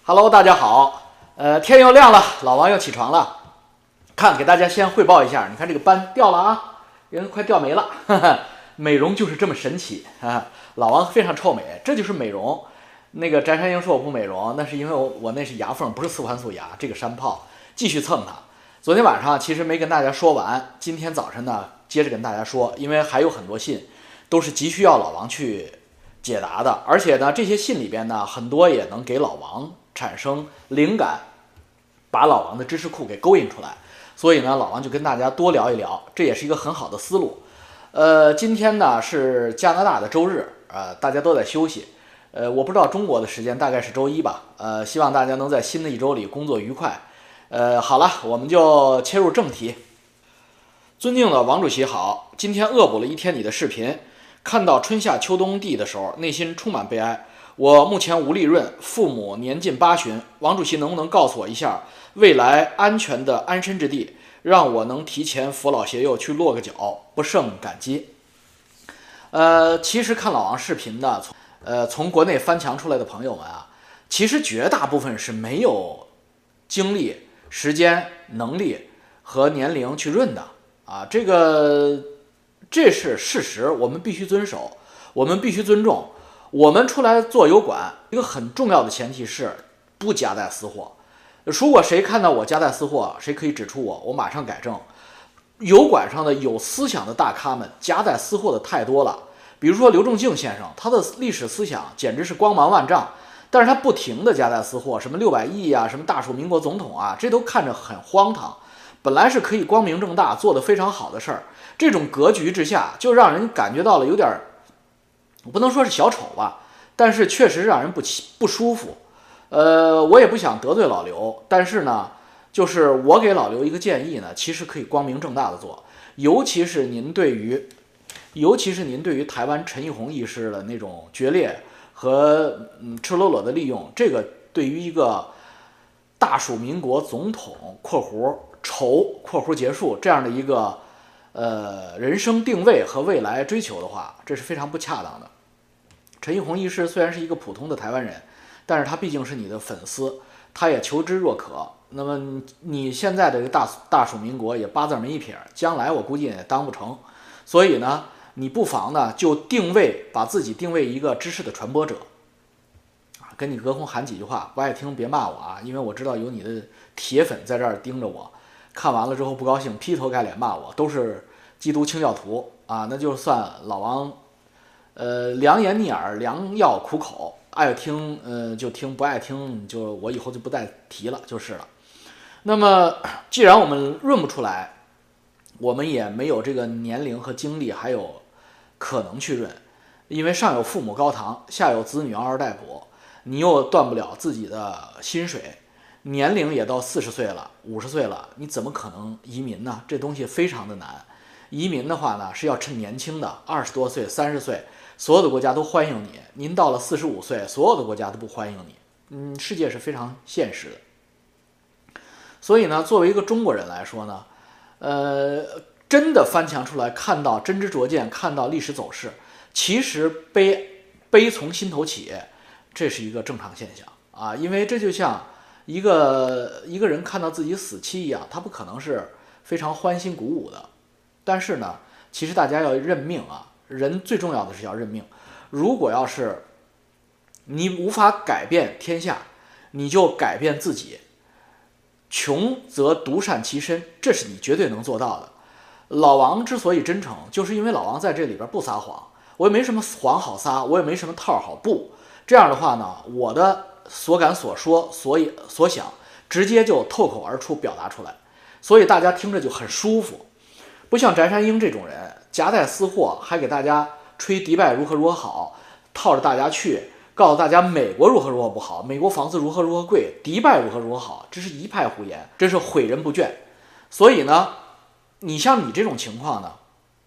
Hello， 大家好。天又亮了，老王又起床了。给大家先汇报一下，你看这个斑掉了啊，人快掉没了。美容就是这么神奇啊！老王非常臭美，这就是美容。那个翟山鹰说我不美容，那是因为我那是牙缝，不是四环素牙。这个山炮继续蹭它。昨天晚上其实没跟大家说完，今天早晨呢接着跟大家说，因为还有很多信都是急需要老王去解答的，而且呢这些信里边呢很多也能给老王产生灵感，把老王的知识库给勾引出来。所以呢老王就跟大家多聊一聊，这也是一个很好的思路。今天呢是加拿大的周日，大家都在休息。我不知道中国的时间大概是周一吧。希望大家能在新的一周里工作愉快。好了，我们就切入正题。尊敬的王主席好，今天恶补了一天你的视频，看到春夏秋冬地的时候，内心充满悲哀。我目前无利润，父母年近80，王主席能不能告诉我一下未来安全的安身之地，让我能提前扶老携幼去落个脚，不胜感激。其实看老王视频的，从国内翻墙出来的朋友们啊，其实绝大部分是没有精力、时间、能力和年龄去润的啊，这是事实，我们必须遵守，我们必须尊重。我们出来做油管，一个很重要的前提是不夹带私货。如果谁看到我夹带私货，谁可以指出我马上改正。油管上的有思想的大咖们夹带私货的太多了，比如说刘仲敬先生，他的历史思想简直是光芒万丈，但是他不停的夹带私货，什么600亿啊，什么大数民国总统啊，这都看着很荒唐。本来是可以光明正大做得非常好的事儿，这种格局之下，就让人感觉到了有点，我不能说是小丑吧，但是确实让人不舒服。我也不想得罪老刘，但是呢，就是我给老刘一个建议呢，其实可以光明正大的做，尤其是您对于台湾陈奕弘医师的那种决裂和赤裸裸的利用，这个对于一个大属民国总统（括弧仇括弧结束）这样的一个人生定位和未来追求的话，这是非常不恰当的。陈奕弘医师虽然是一个普通的台湾人，但是他毕竟是你的粉丝，他也求知若渴。那么你现在的这个大属民国也8字没一撇，将来我估计也当不成。所以呢，你不妨呢就把自己定位一个知识的传播者。跟你隔空喊几句话，不爱听别骂我啊，因为我知道有你的铁粉在这儿盯着我，看完了之后不高兴，劈头盖脸骂我，都是基督清教徒啊，那就算老王，良言逆耳，良药苦口，爱听就听，不爱听就我以后就不再提了就是了。那么既然我们润不出来，我们也没有这个年龄和精力，还有可能去润，因为上有父母高堂，下有子女嗷嗷待哺，你又断不了自己的薪水，年龄也到40岁了、50岁了，你怎么可能移民呢？这东西非常的难。移民的话呢，是要趁年轻的，20多岁、30岁，所有的国家都欢迎你。您到了45岁，所有的国家都不欢迎你。世界是非常现实的。所以呢，作为一个中国人来说呢，真的翻墙出来，看到真知灼见，看到历史走势，其实悲从心头起，这是一个正常现象啊。因为这就像一个人看到自己死期一样，他不可能是非常欢欣鼓舞的。但是呢，其实大家要认命啊，人最重要的是要认命。如果要是你无法改变天下，你就改变自己。穷则独善其身，这是你绝对能做到的。老王之所以真诚，就是因为老王在这里边不撒谎，我也没什么谎好撒，我也没什么套好布。这样的话呢，我的所感所说所想，直接就透口而出表达出来，所以大家听着就很舒服。不像翟山鹰这种人夹带私货，还给大家吹迪拜如何好，套着大家去告诉大家美国如何不好，美国房子如何贵，迪拜如何好，这是一派胡言，真是诲人不倦。所以呢，像你这种情况呢，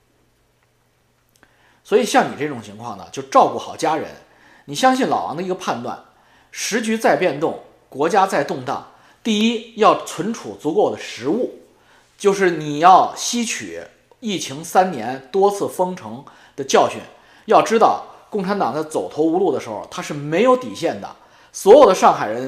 就照顾好家人。你相信老王的一个判断，时局在变动，国家在动荡，第一要存储足够的食物，就是你要吸取疫情3年多次封城的教训。要知道共产党在走投无路的时候，他是没有底线的。所有的上海人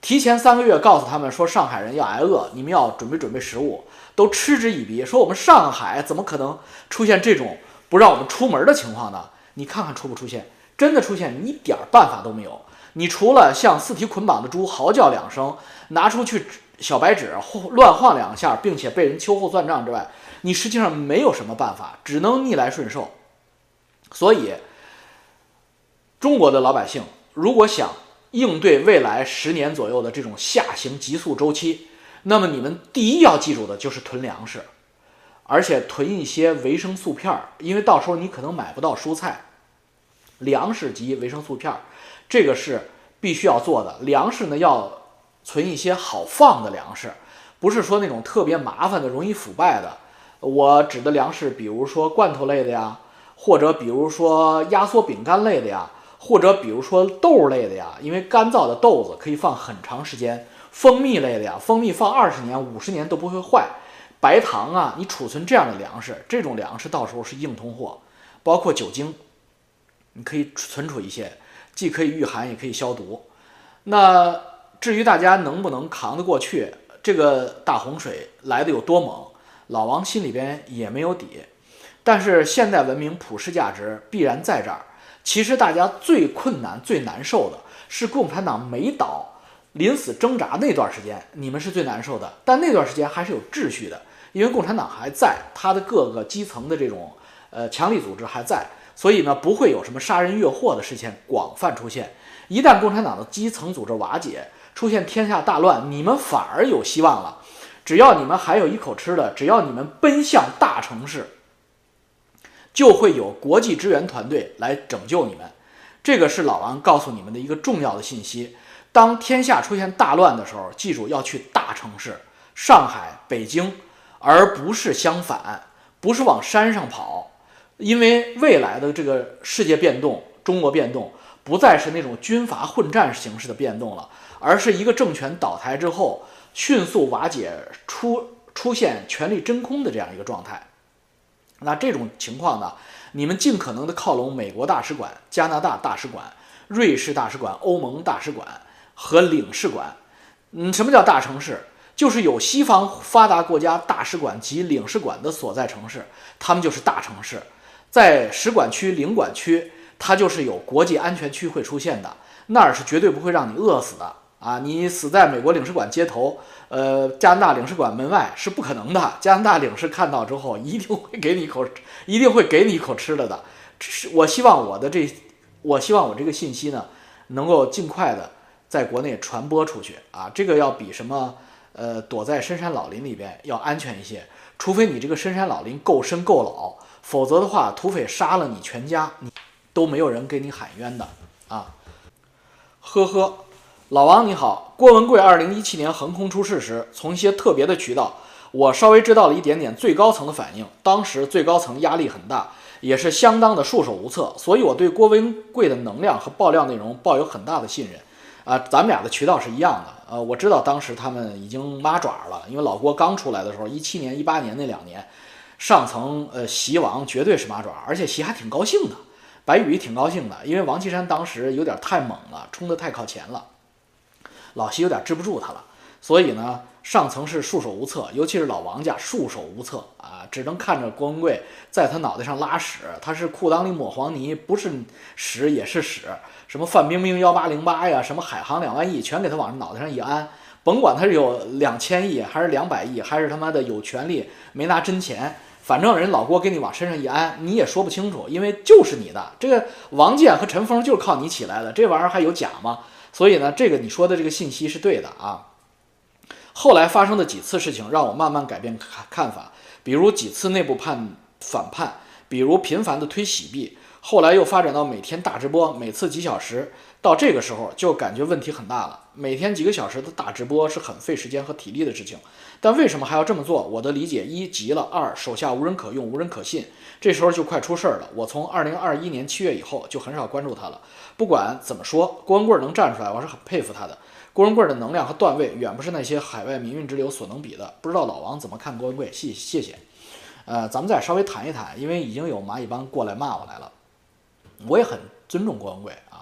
提前3个月告诉他们说上海人要挨饿，你们要准备食物，都嗤之以鼻，说我们上海怎么可能出现这种不让我们出门的情况呢？你看看出不出现？真的出现，你一点办法都没有。你除了像四蹄捆绑的猪嚎叫2声，拿出去小白纸乱晃2下，并且被人秋后算账之外，你实际上没有什么办法，只能逆来顺受。所以，中国的老百姓如果想应对未来10年左右的这种下行急速周期，那么你们第一要记住的就是囤粮食，而且囤一些维生素片，因为到时候你可能买不到蔬菜，粮食及维生素片，这个是必须要做的。粮食呢，要存一些好放的粮食，不是说那种特别麻烦的、容易腐败的。我指的粮食，比如说罐头类的呀，或者比如说压缩饼干类的呀，或者比如说豆类的呀，因为干燥的豆子可以放很长时间。蜂蜜类的呀，蜂蜜放20年、50年都不会坏。白糖啊，你储存这样的粮食，这种粮食到时候是硬通货。包括酒精，你可以存储一些，既可以御寒也可以消毒。那至于大家能不能扛得过去，这个大洪水来的有多猛，老王心里边也没有底。但是现代文明普世价值必然在这儿。其实大家最困难、最难受的是共产党没倒、临死挣扎那段时间，你们是最难受的。但那段时间还是有秩序的，因为共产党还在，他的各个基层的这种强力组织还在，所以呢不会有什么杀人越货的事情广泛出现。一旦共产党的基层组织瓦解，出现天下大乱，你们反而有希望了。只要你们还有一口吃的，只要你们奔向大城市，就会有国际支援团队来拯救你们。这个是老王告诉你们的一个重要的信息。当天下出现大乱的时候，记住要去大城市，上海、北京，而不是相反，不是往山上跑。因为未来的这个世界变动，中国变动，不再是那种军阀混战形式的变动了，而是一个政权倒台之后迅速瓦解，出现权力真空的这样一个状态。那这种情况呢，你们尽可能的靠拢美国大使馆、加拿大大使馆、瑞士大使馆、欧盟大使馆和领事馆。什么叫大城市？就是有西方发达国家大使馆及领事馆的所在城市，他们就是大城市。在使馆区、领馆区，它就是有国际安全区会出现的，那儿是绝对不会让你饿死的啊！你死在美国领事馆街头，加拿大领事馆门外是不可能的。加拿大领事看到之后，一定会给你一口吃了的。我希望我这个信息呢，能够尽快的在国内传播出去啊！这个要比什么躲在深山老林里边要安全一些，除非你这个深山老林够深够老，否则的话，土匪杀了你全家，你都没有人给你喊冤的啊！呵呵。老王你好，郭文贵2017年横空出世时，从一些特别的渠道，我稍微知道了一点点最高层的反应。当时最高层压力很大，也是相当的束手无策，所以我对郭文贵的能量和爆料内容抱有很大的信任。咱们俩的渠道是一样的。我知道当时他们已经抹爪了，因为老郭刚出来的时候，17年、18年那2年，上层习王绝对是抹爪，而且习还挺高兴的，白羽挺高兴的，因为王岐山当时有点太猛了，冲得太靠前了。老习有点治不住他了，所以呢，上层是束手无策，尤其是老王家束手无策啊，只能看着郭文贵在他脑袋上拉屎，他是裤裆里抹黄泥，不是屎也是屎，什么范冰冰1808呀，什么海航2万亿，全给他往脑袋上一安，甭管他是有2000亿还是200亿，还是他妈的有权利没拿真钱，反正人老郭给你往身上一安，你也说不清楚，因为就是你的。这个王建和陈峰就是靠你起来的，这玩意儿还有假吗？所以呢，这个你说的这个信息是对的啊。后来发生的几次事情让我慢慢改变看法，比如几次内部反叛，比如频繁的推洗币，后来又发展到每天大直播，每次几小时。到这个时候就感觉问题很大了，每天几个小时的大直播是很费时间和体力的事情，但为什么还要这么做？我的理解：一急了，二手下无人可用，无人可信，这时候就快出事了。我从2021年7月以后就很少关注他了。不管怎么说，郭文贵能站出来，我是很佩服他的。郭文贵的能量和段位远不是那些海外民运之流所能比的。不知道老王怎么看郭文贵？谢谢。咱们再稍微谈一谈，因为已经有蚂蚁帮过来骂我来了，我也很尊重郭文贵啊。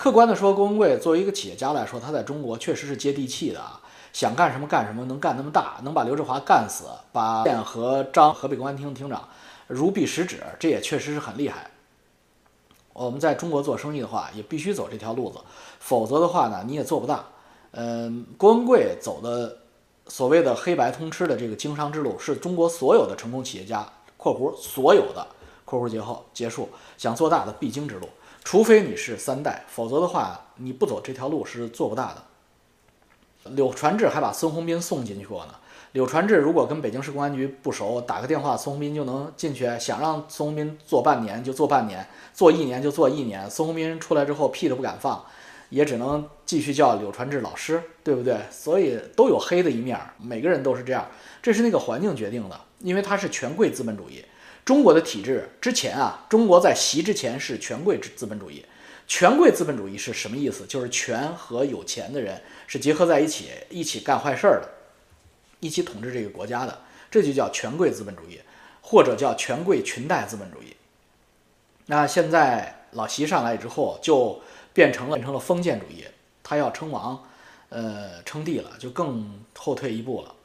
客观的说，郭文贵作为一个企业家来说，他在中国确实是接地气的啊，想干什么干什么，能干那么大，能把刘志华干死，把建和张河北公安厅厅长如臂使指，这也确实是很厉害。我们在中国做生意的话，也必须走这条路子，否则的话呢，你也做不大。郭文贵走的所谓的黑白通吃的这个经商之路，是中国所有的成功企业家（括弧所有的括弧结束）想做大的必经之路。除非你是3代，否则的话，你不走这条路是做不大的。柳传志还把孙宏斌送进去过呢。柳传志如果跟北京市公安局不熟，打个电话，孙宏斌就能进去。想让孙宏斌做半年就做半年，做1年就做1年。孙宏斌出来之后屁都不敢放，也只能继续叫柳传志老师，对不对？所以都有黑的一面，每个人都是这样，这是那个环境决定的，因为它是权贵资本主义。中国的体制之前啊，中国在习之前是权贵资本主义。权贵资本主义是什么意思？就是权和有钱的人是结合在一起，一起干坏事的，一起统治这个国家的，这就叫权贵资本主义，或者叫权贵裙带资本主义。那现在老习上来之后，就变成了封建主义，他要称王，称帝了，就更后退一步了。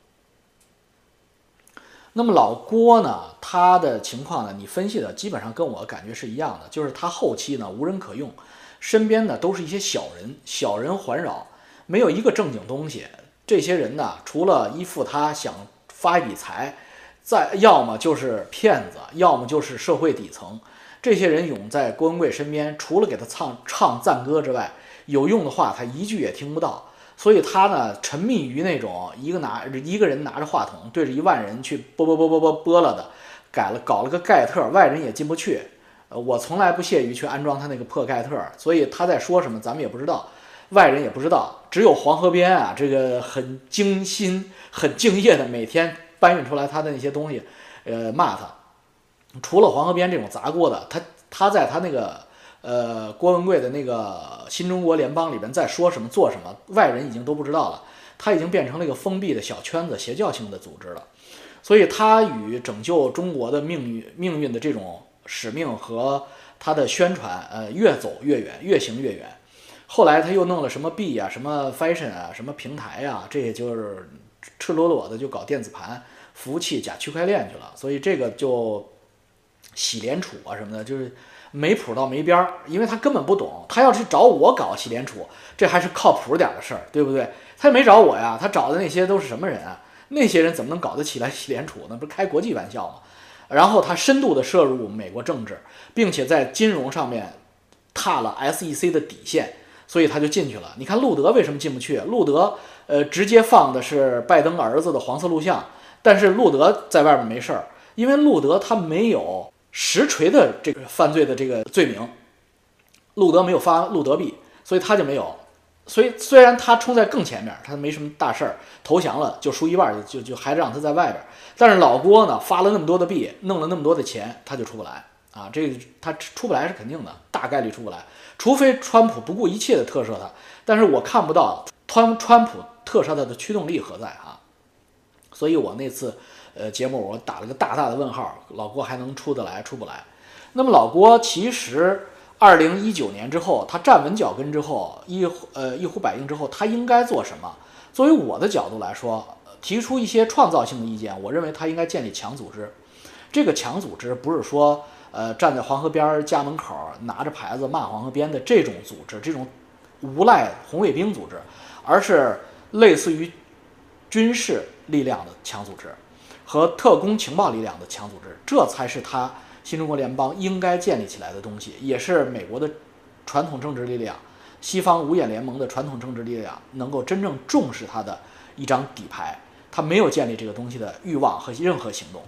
那么老郭呢，他的情况呢，你分析的基本上跟我感觉是一样的，就是他后期呢无人可用，身边呢都是一些小人环绕，没有一个正经东西。这些人呢，除了依附他想发一笔财，再要么就是骗子，要么就是社会底层。这些人涌在郭文贵身边，除了给他唱赞歌之外，有用的话他一句也听不到。所以他呢，沉迷于那种一个人拿着话筒对着1万人去播了的，搞了个盖特，外人也进不去。我从来不屑于去安装他那个破盖特，所以他在说什么咱们也不知道，外人也不知道。只有黄河边啊，这个很精心、很敬业的每天搬运出来他的那些东西，骂他。除了黄河边这种砸锅的，他在他那个郭文贵的那个新中国联邦里边在说什么做什么，外人已经都不知道了。他已经变成了一个封闭的小圈子、邪教性的组织了。所以他与拯救中国的命运的这种使命和他的宣传，越走越远，越行越远。后来他又弄了什么币啊、什么 fashion 啊、什么平台啊，这也就是赤裸裸的就搞电子盘、服务器、假区块链去了。所以这个就洗联储啊什么的，就是没谱到没边儿，因为他根本不懂。他要是找我搞洗联储，这还是靠谱点的事儿，对不对？他也没找我呀，他找的那些都是什么人啊？那些人怎么能搞得起来洗联储呢？不是开国际玩笑吗？然后他深度的涉入美国政治，并且在金融上面踏了 SEC 的底线，所以他就进去了。你看路德为什么进不去？路德直接放的是拜登儿子的黄色录像，但是路德在外面没事儿，因为路德他没有实锤的这个犯罪的这个罪名，路德没有发路德币，所以他就没有。所以虽然他冲在更前面，他没什么大事儿，投降了就输1半，就还是让他在外边。但是老郭呢，发了那么多的币，弄了那么多的钱，他就出不来啊！这个他出不来是肯定的，大概率出不来，除非川普不顾一切的特赦他。但是我看不到川普特赦他的驱动力何在啊！所以我那次节目我打了个大大的问号，老郭还能出得来出不来？那么老郭其实2019年之后，他站稳脚跟之后，一呼百应之后，他应该做什么？作为我的角度来说，提出一些创造性的意见，我认为他应该建立强组织。这个强组织不是说站在黄河边家门口拿着牌子骂黄河边的这种组织，这种无赖红卫兵组织，而是类似于军事力量的强组织和特工情报力量的强组织，这才是他新中国联邦应该建立起来的东西，也是美国的传统政治力量、西方五眼联盟的传统政治力量能够真正重视它的一张底牌。他没有建立这个东西的欲望和任何行动。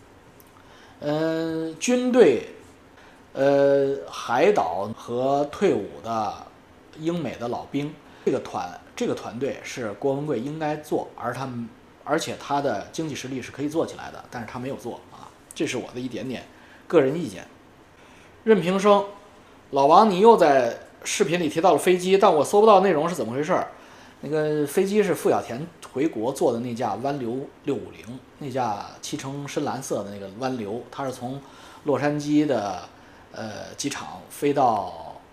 军队、海岛和退伍的英美的老兵，这个团队是郭文贵应该做，而且他的经济实力是可以做起来的，但是他没有做啊，这是我的一点点个人意见。任平生，老王，你又在视频里提到了飞机，但我搜不到内容是怎么回事？那个飞机是傅小田回国坐的那架湾流650，那架漆成深蓝色的那个湾流，它是从洛杉矶的机场飞到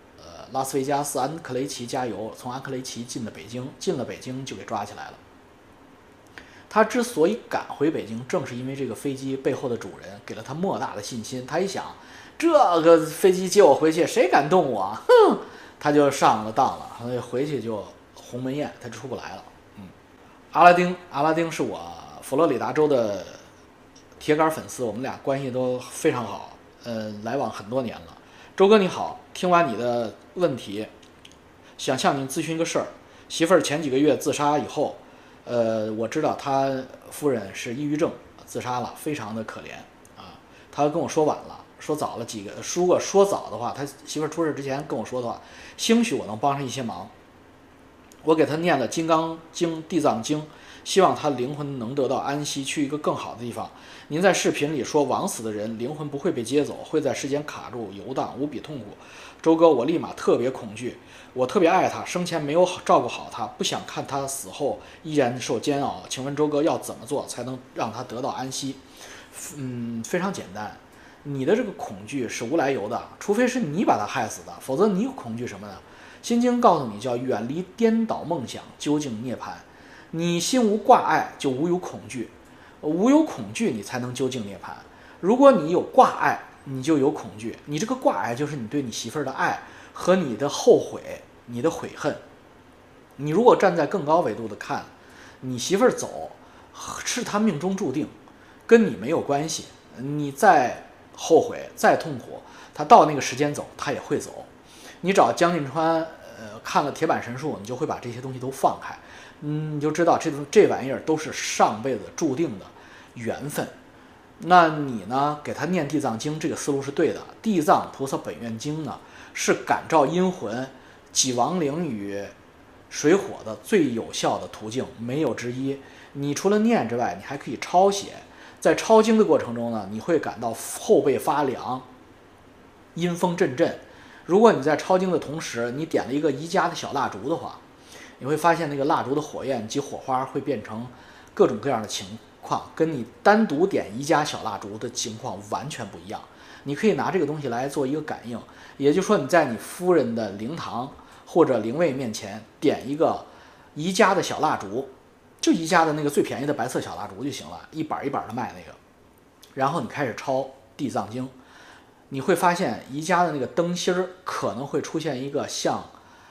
拉斯维加斯安克雷奇加油，从安克雷奇进了北京，进了北京就给抓起来了。他之所以赶回北京，正是因为这个飞机背后的主人给了他莫大的信心。他一想，这个飞机接我回去，谁敢动我？哼，他就上了当了，回去就鸿门宴，他出不来了。阿拉丁是我佛罗里达州的铁杆粉丝，我们俩关系都非常好，来往很多年了。周哥你好，听完你的问题，想向您咨询一个事儿。媳妇儿前几个月自杀以后，我知道他夫人是抑郁症自杀了，非常的可怜啊。他跟我说晚了，说早了几个，如果说早的话，他媳妇儿出事之前跟我说的话，兴许我能帮上一些忙。我给他念了《金刚经》《地藏经》，希望他灵魂能得到安息，去一个更好的地方。您在视频里说，枉死的人灵魂不会被接走，会在世间卡住游荡，无比痛苦。周哥，我立马特别恐惧，我特别爱他，生前没有照顾好他，不想看他死后依然受煎熬。请问周哥要怎么做才能让他得到安息？非常简单，你的这个恐惧是无来由的，除非是你把他害死的，否则你恐惧什么呢？心经告诉你，叫远离颠倒梦想，究竟涅槃。你心无挂碍，就无有恐惧，无有恐惧，你才能究竟涅槃。如果你有挂碍，你就有恐惧。你这个挂碍就是你对你媳妇儿的爱和你的后悔、你的悔恨。你如果站在更高维度的看，你媳妇儿走是她命中注定，跟你没有关系。你再后悔、再痛苦，她到那个时间走，她也会走。你找江进川，看了《铁板神术》，你就会把这些东西都放开，你就知道这玩意儿都是上辈子注定的缘分。那你呢，给他念地藏经，这个思路是对的。地藏菩萨本愿经呢，是感召阴魂、济亡灵与水火的最有效的途径，没有之一。你除了念之外，你还可以抄写，在抄经的过程中呢，你会感到后背发凉，阴风阵阵。如果你在抄经的同时，你点了一个宜家的小蜡烛的话，你会发现那个蜡烛的火焰及火花会变成各种各样的情况，跟你单独点宜家小蜡烛的情况完全不一样。你可以拿这个东西来做一个感应，也就是说你在你夫人的灵堂或者灵位面前点一个宜家的小蜡烛，就宜家的那个最便宜的白色小蜡烛就行了，一板一板的卖那个，然后你开始抄地藏经。你会发现宜家的那个灯芯儿可能会出现一个像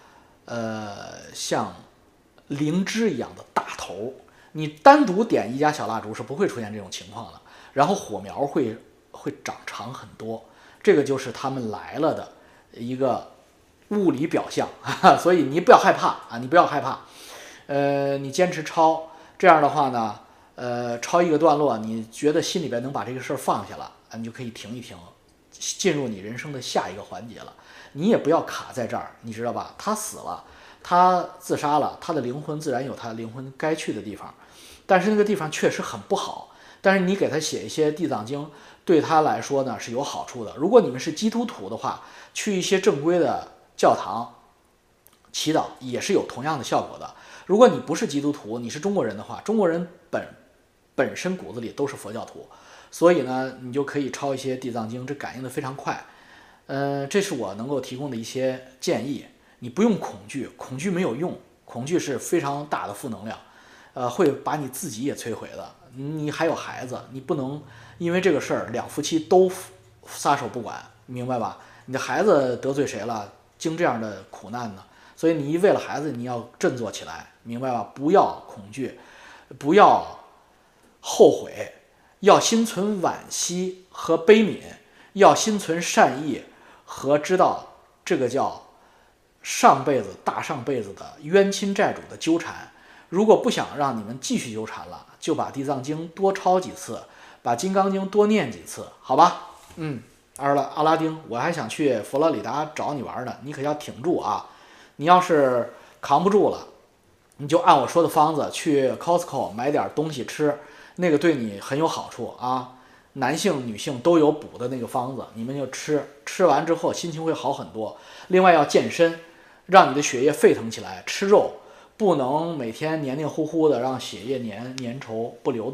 灵芝一样的大头。你单独点宜家小蜡烛是不会出现这种情况的，然后火苗会长长很多，这个就是他们来了的一个物理表象。所以你不要害怕啊，你不要害怕，你坚持抄，这样的话呢，抄一个段落，你觉得心里边能把这个事儿放下了，你就可以停一停。进入你人生的下一个环节了，你也不要卡在这儿，你知道吧？他死了，他自杀了，他的灵魂自然有他灵魂该去的地方，但是那个地方确实很不好。但是你给他写一些地藏经，对他来说呢是有好处的。如果你们是基督徒的话，去一些正规的教堂祈祷也是有同样的效果的。如果你不是基督徒，你是中国人的话，中国人本身骨子里都是佛教徒。所以呢，你就可以抄一些地藏经，这感应的非常快。这是我能够提供的一些建议。你不用恐惧，恐惧没有用，恐惧是非常大的负能量，会把你自己也摧毁的。你还有孩子，你不能因为这个事儿两夫妻都撒手不管，明白吧？你的孩子得罪谁了，经这样的苦难呢？所以你为了孩子，你要振作起来，明白吧？不要恐惧，不要后悔。要心存惋惜和悲悯，要心存善意和知道这个叫上辈子大上辈子的冤亲债主的纠缠。如果不想让你们继续纠缠了，就把地藏经多抄几次，把金刚经多念几次，好吧？阿拉丁，我还想去佛罗里达找你玩呢，你可要挺住啊！你要是扛不住了，你就按我说的方子去 Costco 买点东西吃。那个对你很有好处啊，男性女性都有补的那个方子，你们就吃完之后心情会好很多。另外要健身，让你的血液沸腾起来，吃肉不能每天黏黏糊糊的，让血液粘稠不流动，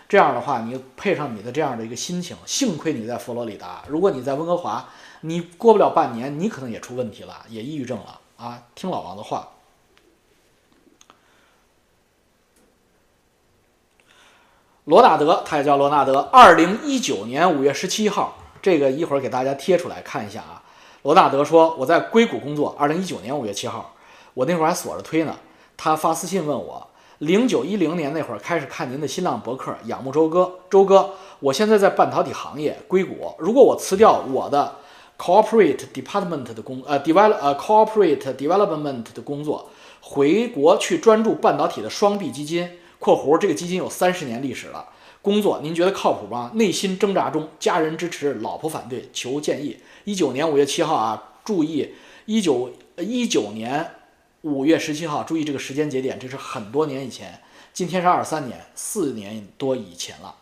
这样的话，你配上你的这样的一个心情，幸亏你在佛罗里达，如果你在温哥华，你过不了半年，你可能也出问题了，也抑郁症了啊！听老王的话。罗纳德，他也叫罗纳德。2019年5月17号，这个一会儿给大家贴出来看一下啊。罗纳德说：“我在硅谷工作。”2019年5月7号，我那会儿还锁着推呢。他发私信问我，0910年那会儿开始看您的新浪博客，仰慕周哥，我现在在半导体行业硅谷，如果我辞掉我的 corporate department 的corporate development 的工作，回国去专注半导体的双臂基金。括弧这个基金有30年历史了，工作您觉得靠谱吗？内心挣扎中，家人支持，老婆反对，求建议。19年5月7号啊，注意19年5月17号，注意这个时间节点，这是很多年以前，今天是23年，4年多以前了。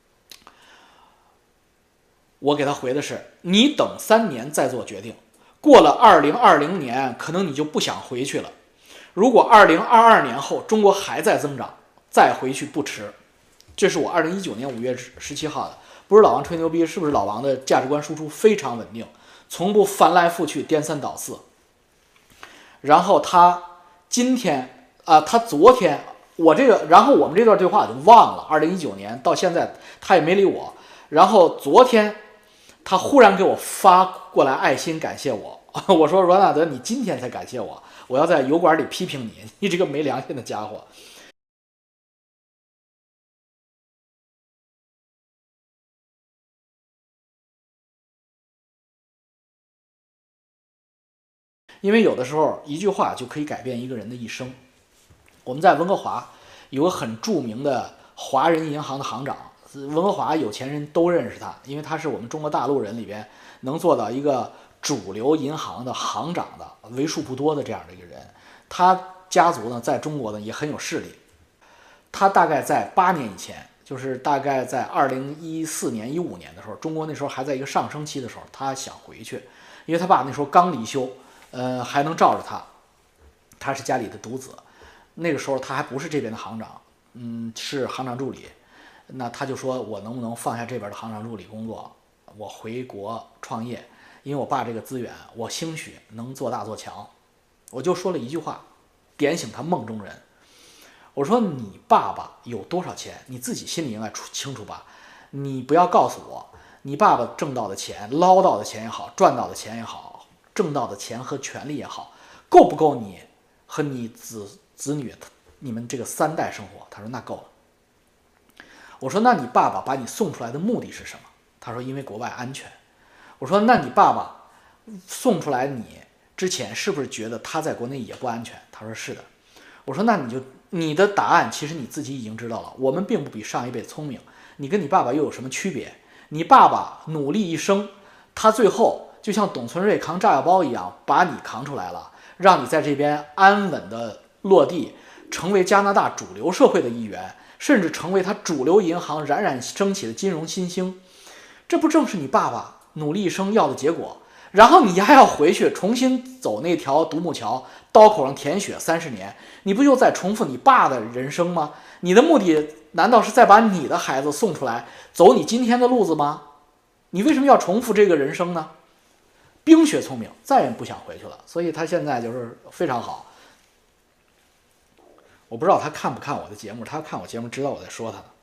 我给他回的是：你等3年再做决定，过了2020年，可能你就不想回去了。如果2022年后中国还在增长，再回去不迟。这是我2019年5月17号的，不是老王吹牛逼，是不是老王的价值观输出非常稳定，从不翻来覆去颠三倒四。然后他今天他昨天然后我们这段对话就忘了，2019年到现在他也没理我。然后昨天他忽然给我发过来爱心感谢我，我说罗纳德，你今天才感谢我，我要在油管里批评你，你这个没良心的家伙。因为有的时候一句话就可以改变一个人的一生。我们在温哥华有个很著名的华人银行的行长，温哥华有钱人都认识他，因为他是我们中国大陆人里边能做到一个主流银行的行长的为数不多的这样的一个人。他家族呢在中国呢也很有势力。他大概在8年以前，就是大概在2014年、15年的时候，中国那时候还在一个上升期的时候，他想回去，因为他爸那时候刚离休。还能罩着他，他是家里的独子，那个时候他还不是这边的行长，是行长助理。那他就说，我能不能放下这边的行长助理工作，我回国创业？因为我爸这个资源，我兴许能做大做强。我就说了一句话，点醒他梦中人。我说你爸爸有多少钱，你自己心里应该清楚吧？你不要告诉我，你爸爸挣到的钱、捞到的钱也好，赚到的钱也好。挣到的钱和权利也好，够不够你和你子女你们这个3代生活？他说那够了。我说那你爸爸把你送出来的目的是什么？他说因为国外安全。我说那你爸爸送出来你之前是不是觉得他在国内也不安全？他说是的。我说那你的答案其实你自己已经知道了，我们并不比上一辈聪明，你跟你爸爸又有什么区别？你爸爸努力一生，他最后就像董存瑞扛炸药包一样，把你扛出来了，让你在这边安稳的落地，成为加拿大主流社会的一员，甚至成为他主流银行冉冉升起的金融新星。这不正是你爸爸努力一生要的结果？然后你还要回去重新走那条独木桥，刀口上舔血30年，你不又在重复你爸的人生吗？你的目的难道是再把你的孩子送出来，走你今天的路子吗？你为什么要重复这个人生呢？冰雪聪明，再也不想回去了，所以他现在就是非常好。我不知道他看不看我的节目，他看我节目知道我在说他。